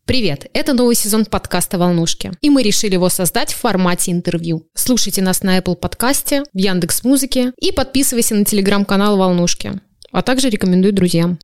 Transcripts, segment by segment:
Привет! Это новый сезон подкаста «Волнушки», и мы решили его создать в формате интервью. Слушайте нас на Apple подкасте, в Яндекс.Музыке и подписывайся на телеграм-канал «Волнушки», а также рекомендуй друзьям.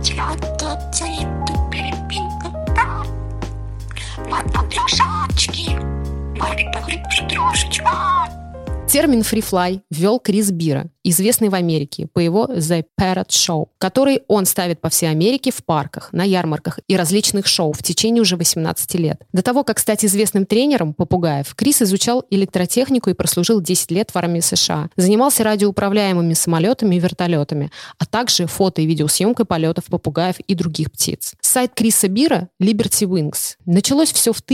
Термин «фри-флай» ввел Крис Бира, известный в Америке по его The Parrot Show, который он ставит по всей Америке в парках, на ярмарках и различных шоу в течение уже 18 лет. До того, как стать известным тренером попугаев, Крис изучал электротехнику и прослужил 10 лет в армии США. Занимался радиоуправляемыми самолетами и вертолетами, а также фото- и видеосъемкой полетов попугаев и других птиц. Сайт Криса Бира Liberty Wings. Началось все в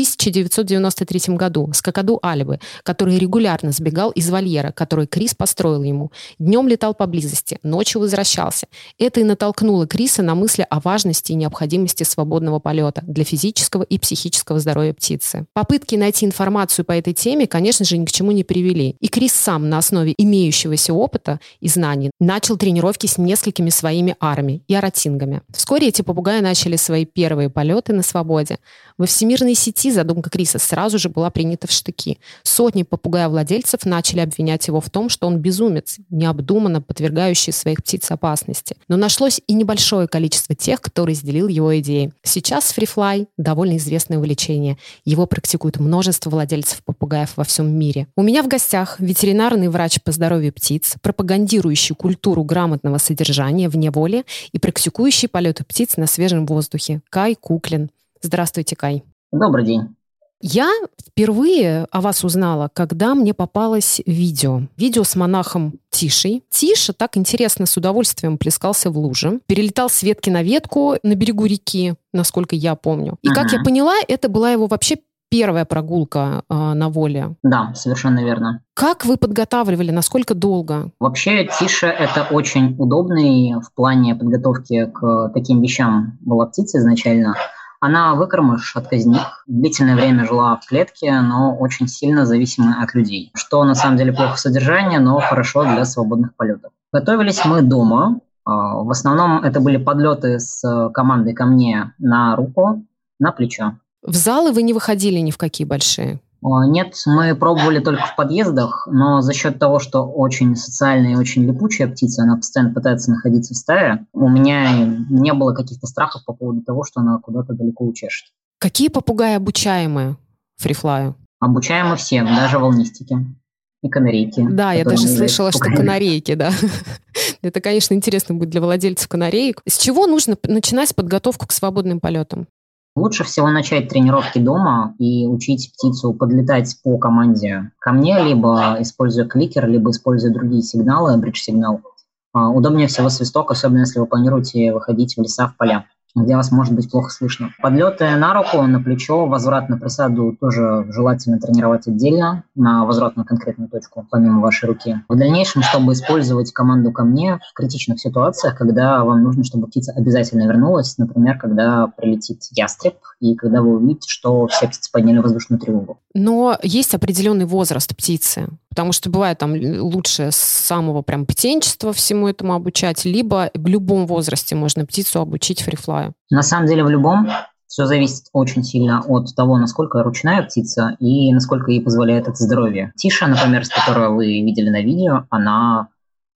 1993 году с какаду Альбы, который регулярно сбегал из вольера, который Крис построил ему. Днем летал поблизости, ночью возвращался. Это и натолкнуло Криса на мысли о важности и необходимости свободного полета для физического и психического здоровья птицы. Попытки найти информацию по этой теме, конечно же, ни к чему не привели. И Крис сам на основе имеющегося опыта и знаний начал тренировки с несколькими своими арами и оратингами. Вскоре эти попугаи начали свои первые полеты на свободе. Во всемирной сети задумка Криса сразу же была принята в штыки. Сотни попугаев-владельцев начали обвинять его в том, что он безумец, необдуманно подвергающий своих птиц опасности. Но нашлось и небольшое количество тех, кто разделил его идеи. Сейчас фри-флай – довольно известное увлечение. Его практикуют множество владельцев попугаев во всем мире. У меня в гостях ветеринарный врач по здоровью птиц, пропагандирующий культуру грамотного содержания в неволе и практикующий полеты птиц на свежем воздухе Кай Куклин. Здравствуйте, Кай. Добрый день. Я впервые о вас узнала, когда мне попалось видео. Видео с монахом Тишей. Тиша так интересно с удовольствием плескался в луже, перелетал с ветки на ветку на берегу реки, насколько я помню. И как я поняла, это была его вообще первая прогулка на воле. Да, совершенно верно. Как вы подготавливали? Насколько долго? Вообще, Тиша – это очень удобный в плане подготовки к таким вещам была птица изначально. Она выкормыш, отказник, длительное время жила в клетке, но очень сильно зависима от людей. Что на самом деле плохо в содержании, но хорошо для свободных полетов. Готовились мы дома. В основном это были подлеты с командой ко мне на руку, на плечо. В залы вы не выходили ни в какие большие? Нет, мы пробовали только в подъездах, но за счет того, что очень социальная и очень липучая птица, она постоянно пытается находиться в стае, у меня не было каких-то страхов по поводу того, что она куда-то далеко учешет. Какие попугаи обучаемые фри-флаю? Обучаемы все, даже волнистики и канарейки. Да, я даже слышала, что канарейки, да. Это, конечно, интересно будет для владельцев канареек. С чего нужно начинать подготовку к свободным полетам? Лучше всего начать тренировки дома и учить птицу подлетать по команде ко мне, либо используя кликер, либо используя другие сигналы, бридж-сигнал. Удобнее всего свисток, особенно если вы планируете выходить в леса, в поля, где вас может быть плохо слышно. Подлеты на руку, на плечо, возврат на присаду тоже желательно тренировать отдельно, на возврат на конкретную точку, помимо вашей руки. В дальнейшем, чтобы использовать команду ко мне в критичных ситуациях, когда вам нужно, чтобы птица обязательно вернулась, например, когда прилетит ястреб, и когда вы увидите, что все птицы подняли воздушную тревогу. Но есть определенный возраст птицы, потому что бывает там лучше с самого прям птенчества всему этому обучать, либо в любом возрасте можно птицу обучить фри-флаю. На самом деле в любом. Все зависит очень сильно от того, насколько ручная птица и насколько ей позволяет это здоровье. Тиша, например, с которой вы видели на видео, она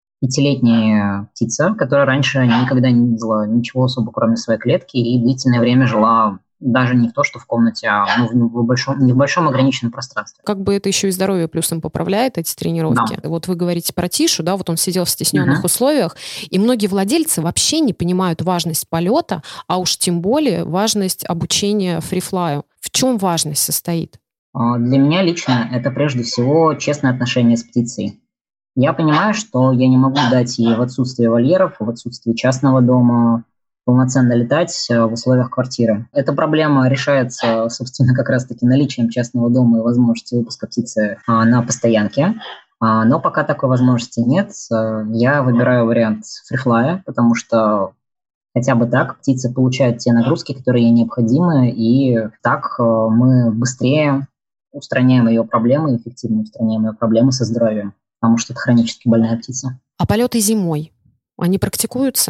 5-летняя птица, которая раньше никогда не видела ничего особо, кроме своей клетки, и длительное время жила даже не в то, что в комнате, а не в большом ограниченном пространстве. Как бы это еще и здоровье плюсом поправляет, эти тренировки. Да. Вот вы говорите про Тишу, да, вот он сидел в стесненных условиях, и многие владельцы вообще не понимают важность полета, а уж тем более важность обучения фри-флаю. В чем важность состоит? Для меня лично это прежде всего честное отношение с птицей. Я понимаю, что я не могу дать ей в отсутствие вольеров, в отсутствие частного дома полноценно летать в условиях квартиры. Эта проблема решается, собственно, как раз-таки наличием частного дома и возможностью выпуска птицы на постоянке. Но пока такой возможности нет, я выбираю вариант фри-флая, потому что хотя бы так птица получает те нагрузки, которые ей необходимы, и так мы быстрее устраняем ее проблемы, эффективно устраняем ее проблемы со здоровьем, потому что это хронически больная птица. А полеты зимой, они практикуются?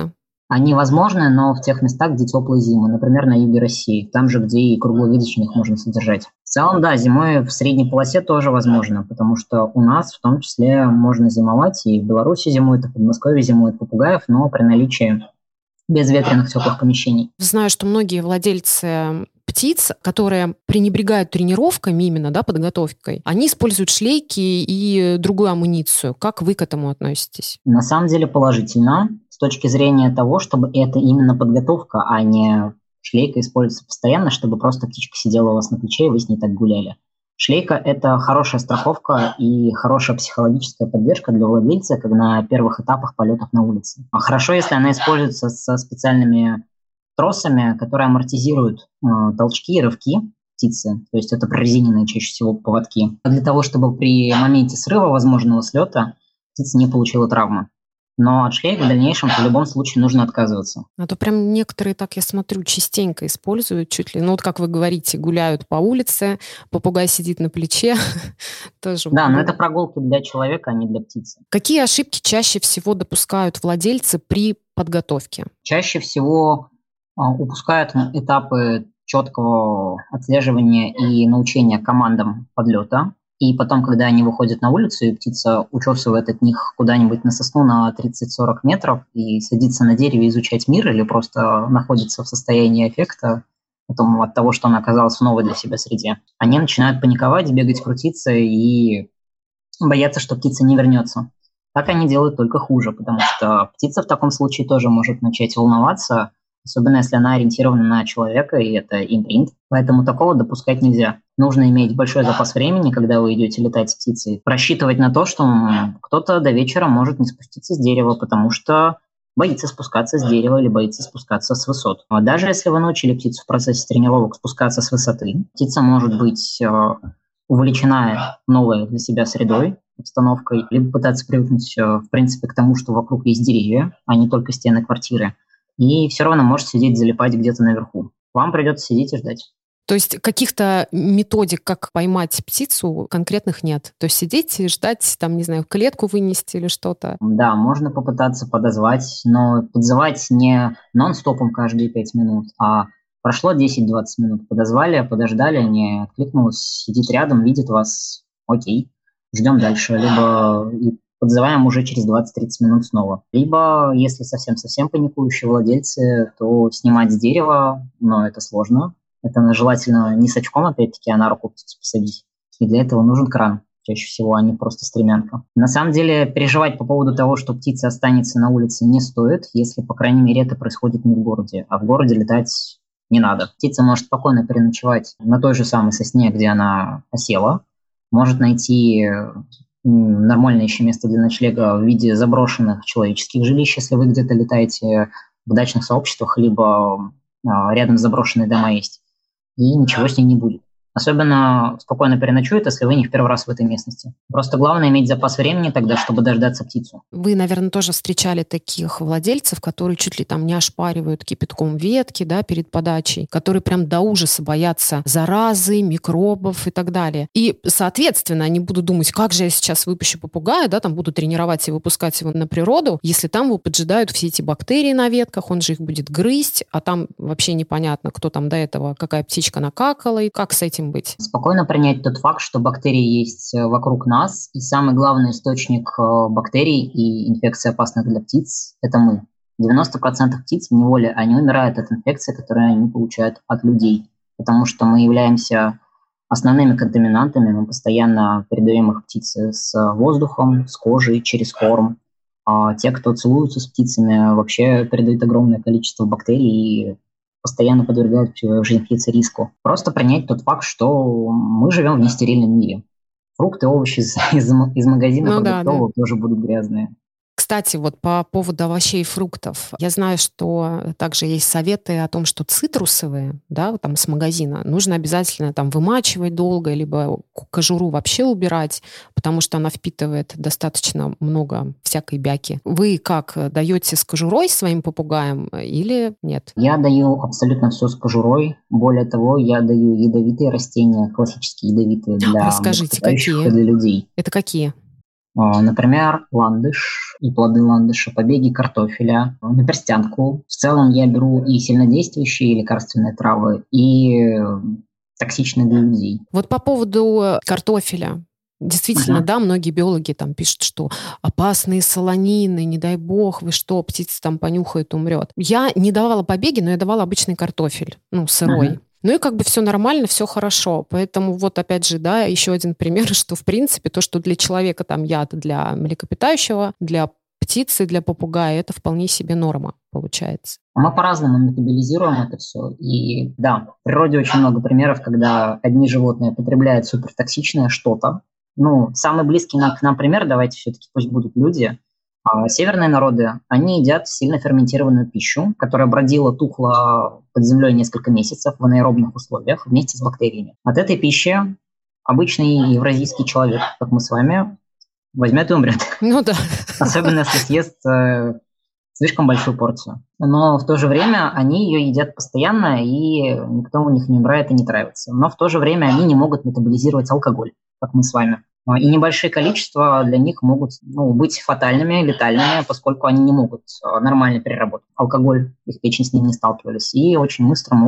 Они возможны, но в тех местах, где теплые зимы, например, на юге России, там же, где и круглогодично их можно содержать. В целом, да, зимой в средней полосе тоже возможно, потому что у нас в том числе можно зимовать, и в Беларуси зимуют, и в Подмосковье зимуют попугаев, но при наличии безветренных теплых помещений. Знаю, что многие владельцы птиц, которые пренебрегают тренировками именно, да, подготовкой, они используют шлейки и другую амуницию. Как вы к этому относитесь? На самом деле положительно, с точки зрения того, чтобы это именно подготовка, а не шлейка используется постоянно, чтобы просто птичка сидела у вас на плече, и вы с ней так гуляли. Шлейка – это хорошая страховка и хорошая психологическая поддержка для владельца, как на первых этапах полетов на улице. А хорошо, если она используется со специальными тросами, которые амортизируют толчки и рывки птицы. То есть это прорезиненные чаще всего поводки. Для того, чтобы при моменте срыва возможного слета птица не получила травмы. Но от шлейка в дальнейшем в любом случае нужно отказываться. А то прям некоторые, так я смотрю, частенько используют чуть ли, ну вот как вы говорите, гуляют по улице, попугай сидит на плече. Тоже. Да, но это прогулки для человека, а не для птицы. Какие ошибки чаще всего допускают владельцы при подготовке? Чаще всего упускают этапы четкого отслеживания и научения командам подлета. И потом, когда они выходят на улицу, и птица учесывает от них куда-нибудь на сосну на 30-40 метров и садится на дереве изучать мир или просто находится в состоянии аффекта потом от того, что она оказалась в новой для себя среде, они начинают паниковать, бегать, крутиться и бояться, что птица не вернется. Так они делают только хуже, потому что птица в таком случае тоже может начать волноваться, особенно если она ориентирована на человека, и это импринт. Поэтому такого допускать нельзя. Нужно иметь большой запас времени, когда вы идете летать с птицей, рассчитывать на то, что кто-то до вечера может не спуститься с дерева, потому что боится спускаться с дерева или боится спускаться с высот. А даже если вы научили птицу в процессе тренировок спускаться с высоты, птица может быть увлечена новой для себя средой, обстановкой, либо пытаться привыкнуть, в принципе, к тому, что вокруг есть деревья, а не только стены квартиры. И все равно может сидеть, залипать где-то наверху. Вам придется сидеть и ждать. То есть каких-то методик, как поймать птицу, конкретных нет? То есть сидеть и ждать, там, не знаю, клетку вынести или что-то? Да, можно попытаться подозвать, но подзывать не нон-стопом каждые 5 минут, а прошло 10-20 минут, подозвали, подождали, не откликнулась, сидит рядом, видит вас, окей, ждем дальше, либо подзываем уже через 20-30 минут снова. Либо, если совсем-совсем паникующие владельцы, то снимать с дерева, но это сложно. Это желательно не с очком, опять-таки, а на руку птицу посадить. И для этого нужен кран, чаще всего, а не просто стремянка. На самом деле, переживать по поводу того, что птица останется на улице, не стоит, если, по крайней мере, это происходит не в городе. А в городе летать не надо. Птица может спокойно переночевать на той же самой сосне, где она осела, может найти нормальное еще место для ночлега в виде заброшенных человеческих жилищ, если вы где-то летаете в дачных сообществах, либо рядом заброшенные дома есть, и ничего с ней не будет. Особенно спокойно переночует, если вы не в первый раз в этой местности. Просто главное иметь запас времени тогда, чтобы дождаться птицу. Вы, наверное, тоже встречали таких владельцев, которые чуть ли там не ошпаривают кипятком ветки, да, перед подачей, которые прям до ужаса боятся заразы, микробов и так далее. И, соответственно, они будут думать, как же я сейчас выпущу попугая, да, там буду тренировать и выпускать его на природу, если там его поджидают все эти бактерии на ветках, он же их будет грызть, а там вообще непонятно, кто там до этого, какая птичка накакала, и как с этим быть? Спокойно принять тот факт, что бактерии есть вокруг нас, и самый главный источник бактерий и инфекций, опасных для птиц, это мы. 90% птиц в неволе, они умирают от инфекций, которые они получают от людей, потому что мы являемся основными контаминантами, мы постоянно передаем их птице с воздухом, с кожей, через корм. А те, кто целуются с птицами, вообще передают огромное количество бактерий и постоянно подвергают жизнь птицы риску. Просто принять тот факт, что мы живем в нестерильном мире. Фрукты, овощи из магазина продуктового тоже будут грязные. Кстати, вот по поводу овощей и фруктов. Я знаю, что также есть советы о том, что цитрусовые, да, там с магазина, нужно обязательно там вымачивать долго, либо кожуру вообще убирать, потому что она впитывает достаточно много всякой бяки. Вы как, даете с кожурой своим попугаям или нет? Я даю абсолютно все с кожурой. Более того, я даю ядовитые растения, классические ядовитые для Расскажите, какие? и для людей. Это какие? Например, ландыш и плоды ландыша, побеги картофеля, наперстянку. В целом я беру и сильнодействующие лекарственные травы, и токсичные для людей. Вот по поводу картофеля. Действительно, да, многие биологи там пишут, что опасные солонины, не дай бог, вы что, птица там понюхает, умрет. Я не давала побеги, но я давала обычный картофель, сырой. Ну и как бы все нормально, все хорошо. Поэтому вот опять же, да, еще один пример, что в принципе то, что для человека там яд, для млекопитающего, для птицы, для попугая, это вполне себе норма получается. Мы по-разному метаболизируем это все. И да, в природе очень много примеров, когда одни животные потребляют супертоксичное что-то. Самый близкий к нам пример, давайте все-таки пусть будут люди. Северные народы, они едят сильно ферментированную пищу, которая бродила, тухла под землей несколько месяцев в анаэробных условиях вместе с бактериями. От этой пищи обычный евразийский человек, как мы с вами, возьмет и умрет. Ну да. Особенно если съест слишком большую порцию. Но в то же время они ее едят постоянно, и никто у них не умирает и не травится. Но в то же время они не могут метаболизировать алкоголь, как мы с вами. И небольшие количества для них могут быть фатальными, летальными, поскольку они не могут нормально переработать алкоголь, их печень с ним не сталкивались, и очень быстро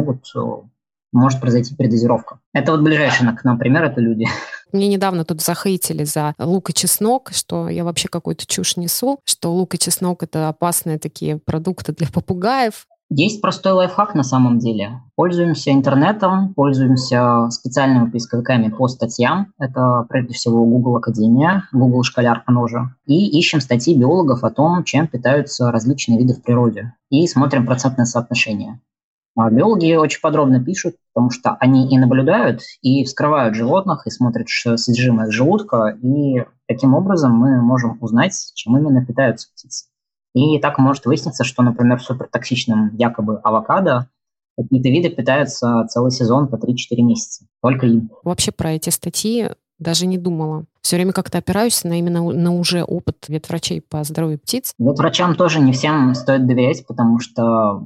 может произойти передозировка. Это вот ближайший к нам пример, это люди. Мне недавно тут захейтили за лук и чеснок, что я вообще какую-то чушь несу, что лук и чеснок — это опасные такие продукты для попугаев. Есть простой лайфхак на самом деле. Пользуемся интернетом, пользуемся специальными поисковиками по статьям. Это прежде всего Google Академия, Google Школяр, оно же. И ищем статьи биологов о том, чем питаются различные виды в природе. И смотрим процентное соотношение. Биологи очень подробно пишут, потому что они и наблюдают, и вскрывают животных, и смотрят содержимое их желудка, и таким образом мы можем узнать, чем именно питаются птицы. И так может выясниться, что, например, супертоксичным якобы авокадо какие-то виды питаются целый сезон по 3-4 месяца. Только им. Вообще про эти статьи даже не думала. Все время как-то опираюсь именно на уже опыт ветврачей по здоровью птиц. Ветврачам тоже не всем стоит доверять, потому что,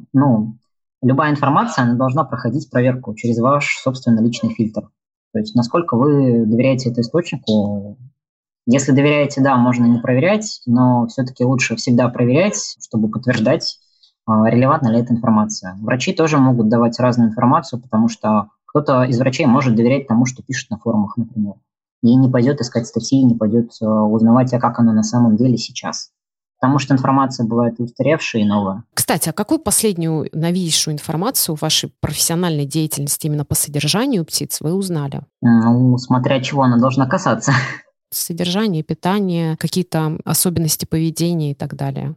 любая информация, она должна проходить проверку через ваш собственный личный фильтр. То есть насколько вы доверяете этому источнику. Если доверяете, да, можно не проверять, но все-таки лучше всегда проверять, чтобы подтверждать, релевантна ли эта информация. Врачи тоже могут давать разную информацию, потому что кто-то из врачей может доверять тому, что пишет на форумах, например, и не пойдет искать статьи, не пойдет узнавать, а как оно на самом деле сейчас. Потому что информация бывает и устаревшая, и новая. Кстати, а какую последнюю новейшую информацию в вашей профессиональной деятельности именно по содержанию птиц вы узнали? Смотря чего она должна касаться. Содержание, питание, какие-то особенности поведения и так далее.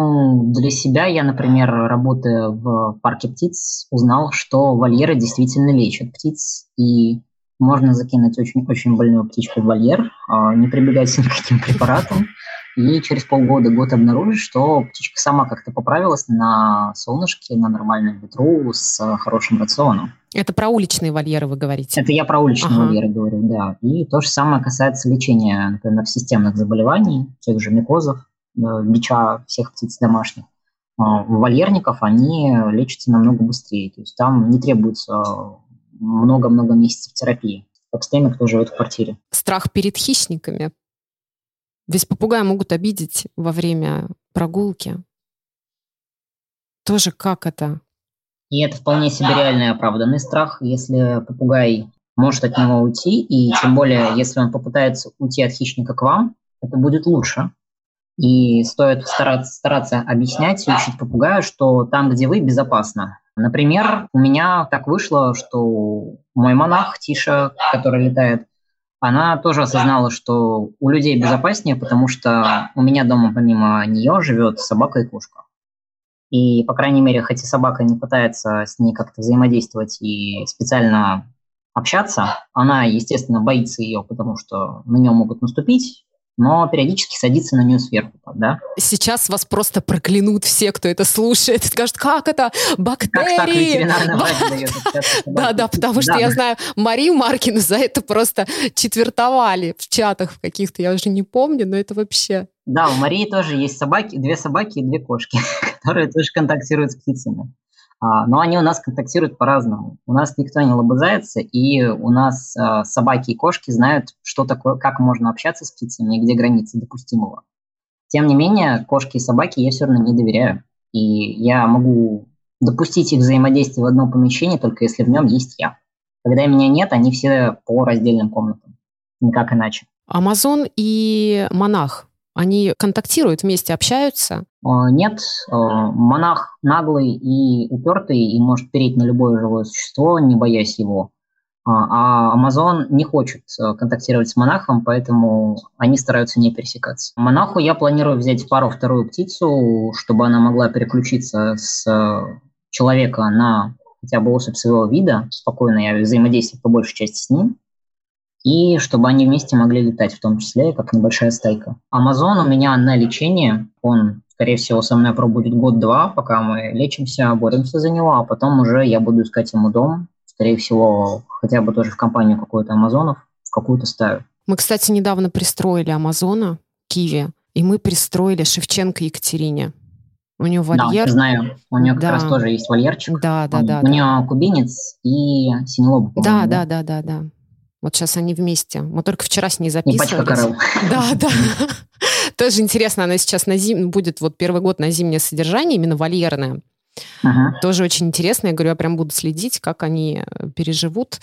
Для себя я, например, работая в парке птиц, узнал, что вольеры действительно лечат птиц, и можно закинуть очень-очень больную птичку в вольер, не прибегать ни к каким препаратам, и через полгода-год обнаружить, что птичка сама как-то поправилась на солнышке, на нормальном ветру, с хорошим рационом. Это про уличные вольеры вы говорите? Это я про уличные вольеры говорю, да. И то же самое касается лечения, например, системных заболеваний, тех же микозов, бича, всех птиц домашних. Вольерников они лечатся намного быстрее. То есть там не требуется много-много месяцев терапии, как с теми, кто живет в квартире. Страх перед хищниками. Ведь попугаи могут обидеть во время прогулки. Тоже как это? И это вполне себе реальный оправданный страх, если попугай может от него уйти, и тем более, если он попытается уйти от хищника к вам, это будет лучше. И стоит стараться объяснять и учить попугаю, что там, где вы, безопасно. Например, у меня так вышло, что мой монах Тиша, который летает, она тоже осознала, что у людей безопаснее, потому что у меня дома помимо нее живет собака и кошка. И, по крайней мере, хоть и собака не пытается с ней как-то взаимодействовать и специально общаться, она, естественно, боится ее, потому что на нее могут наступить, но периодически садится на нее сверху, да? Сейчас вас просто проклянут все, кто это слушает, скажут, как это, бактерии! Как так ветеринарный врач дает? Да, потому что я знаю, Марию Маркину за это просто четвертовали в чатах в каких-то, я уже не помню, но это вообще... Да, у Марии тоже есть собаки, 2 собаки и 2 кошки, которые тоже контактируют с птицами. Но они у нас контактируют по-разному. У нас никто не лобызается, и у нас собаки и кошки знают, что такое, как можно общаться с птицами и где границы допустимого. Тем не менее, кошки и собаки я все равно не доверяю. И я могу допустить их взаимодействие в одном помещении, только если в нем есть я. Когда меня нет, они все по раздельным комнатам. Никак иначе. Амазон и монах, они контактируют вместе, общаются? Нет, монах наглый и упертый и может переть на любое живое существо, не боясь его. А Амазон не хочет контактировать с монахом, поэтому они стараются не пересекаться. Монаху я планирую взять вторую птицу, чтобы она могла переключиться с человека на хотя бы особь своего вида, спокойно я взаимодействую по большей части с ним, и чтобы они вместе могли летать, в том числе, как небольшая стайка. Амазон у меня на лечение, он, скорее всего, со мной пробудет год-два, пока мы лечимся, боремся за него, а потом уже я буду искать ему дом, скорее всего, хотя бы тоже в компанию какую-то Амазонов, в какую-то стаю. Мы, кстати, недавно пристроили Амазона в Киеве, и мы пристроили Шевченко Екатерине. У нее вольер. Да, знаю. У нее как раз тоже есть вольерчик. Да. У нее кубинец и синелобый. Да. Вот сейчас они вместе. Мы только вчера с ней записывались. И пачка коров. Да. Тоже интересно, она сейчас будет первый год на зимнее содержание, именно вольерное. Тоже очень интересно. Я говорю, я прям буду следить, как они переживут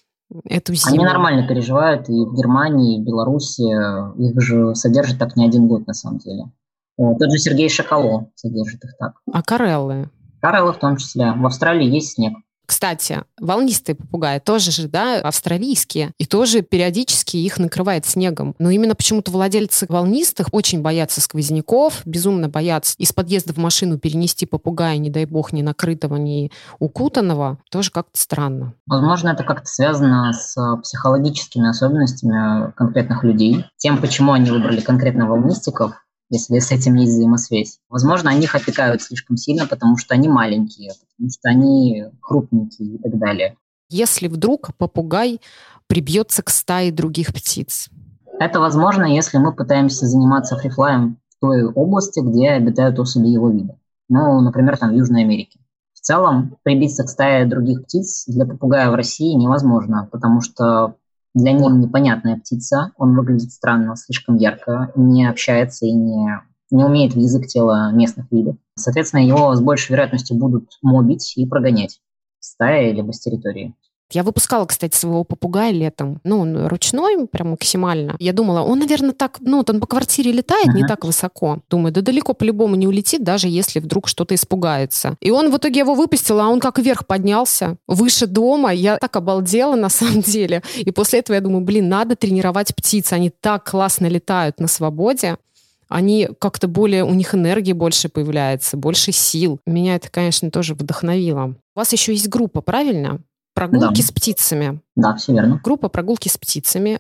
эту зиму. Они нормально переживают. И в Германии, и в Беларуси их же содержат так не один год, на самом деле. Тот же Сергей Шакало содержит их так. А кареллы? Кареллы в том числе. В Австралии есть снег. Кстати, волнистые попугаи тоже же, австралийские, и тоже периодически их накрывает снегом. Но именно почему-то владельцы волнистых очень боятся сквозняков, безумно боятся из подъезда в машину перенести попугая, не дай бог, ни накрытого, ни укутанного. Тоже как-то странно. Возможно, это как-то связано с психологическими особенностями конкретных людей. Тем, почему они выбрали конкретно волнистиков, если с этим есть взаимосвязь. Возможно, они их опекают слишком сильно, потому что они маленькие, потому что они крупненькие и так далее. Если вдруг попугай прибьется к стае других птиц? Это возможно, если мы пытаемся заниматься фрифлаем в той области, где обитают особи его вида. Например, в Южной Америке. В целом, прибиться к стае других птиц для попугая в России невозможно, потому что для него непонятная птица, он выглядит странно, слишком ярко, не общается и не умеет в язык тела местных видов. Соответственно, его с большей вероятностью будут мобить и прогонять с стаи либо с территории. Я выпускала, кстати, своего попугая летом. Он ручной, прям максимально. Я думала, он, наверное, так, он по квартире летает не так высоко. Думаю, далеко по-любому не улетит, даже если вдруг что-то испугается. И он в итоге его выпустил, а он как вверх поднялся, выше дома. Я так обалдела, на самом деле. И после этого я думаю, надо тренировать птиц. Они так классно летают на свободе. Они как-то более, у них энергии больше появляется, больше сил. Меня это, конечно, тоже вдохновило. У вас еще есть группа, правильно? Прогулки с птицами. Да, все верно. Группа «Прогулки с птицами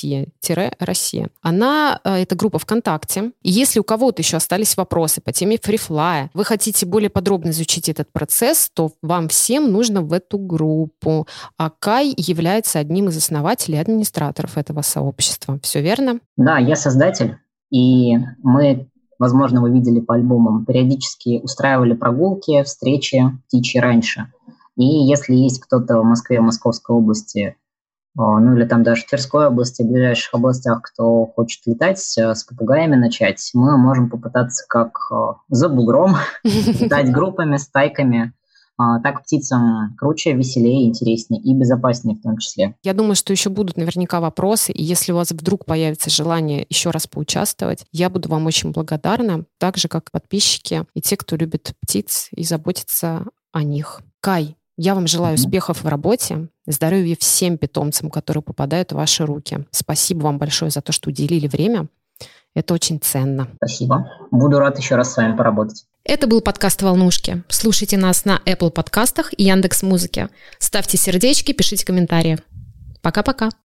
Россия». Это группа ВКонтакте. И если у кого-то еще остались вопросы по теме фрифлая, вы хотите более подробно изучить этот процесс, то вам всем нужно в эту группу. А Кай является одним из основателей и администраторов этого сообщества. Все верно? Да, я создатель. И мы, возможно, вы видели по альбомам, периодически устраивали прогулки, встречи птичьи раньше. И если есть кто-то в Москве, в Московской области, или там даже в Тверской области, в ближайших областях, кто хочет летать, с попугаями начать, мы можем попытаться как за бугром летать группами, стайками. Так птицам круче, веселее, интереснее и безопаснее в том числе. Я думаю, что еще будут наверняка вопросы, и если у вас вдруг появится желание еще раз поучаствовать, я буду вам очень благодарна, так же, как подписчики и те, кто любит птиц и заботится о них. Кай, я вам желаю успехов в работе, здоровья всем питомцам, которые попадают в ваши руки. Спасибо вам большое за то, что уделили время. Это очень ценно. Спасибо. Буду рад еще раз с вами поработать. Это был подкаст «Волнушки». Слушайте нас на Apple подкастах и Яндекс.Музыке. Ставьте сердечки, пишите комментарии. Пока-пока.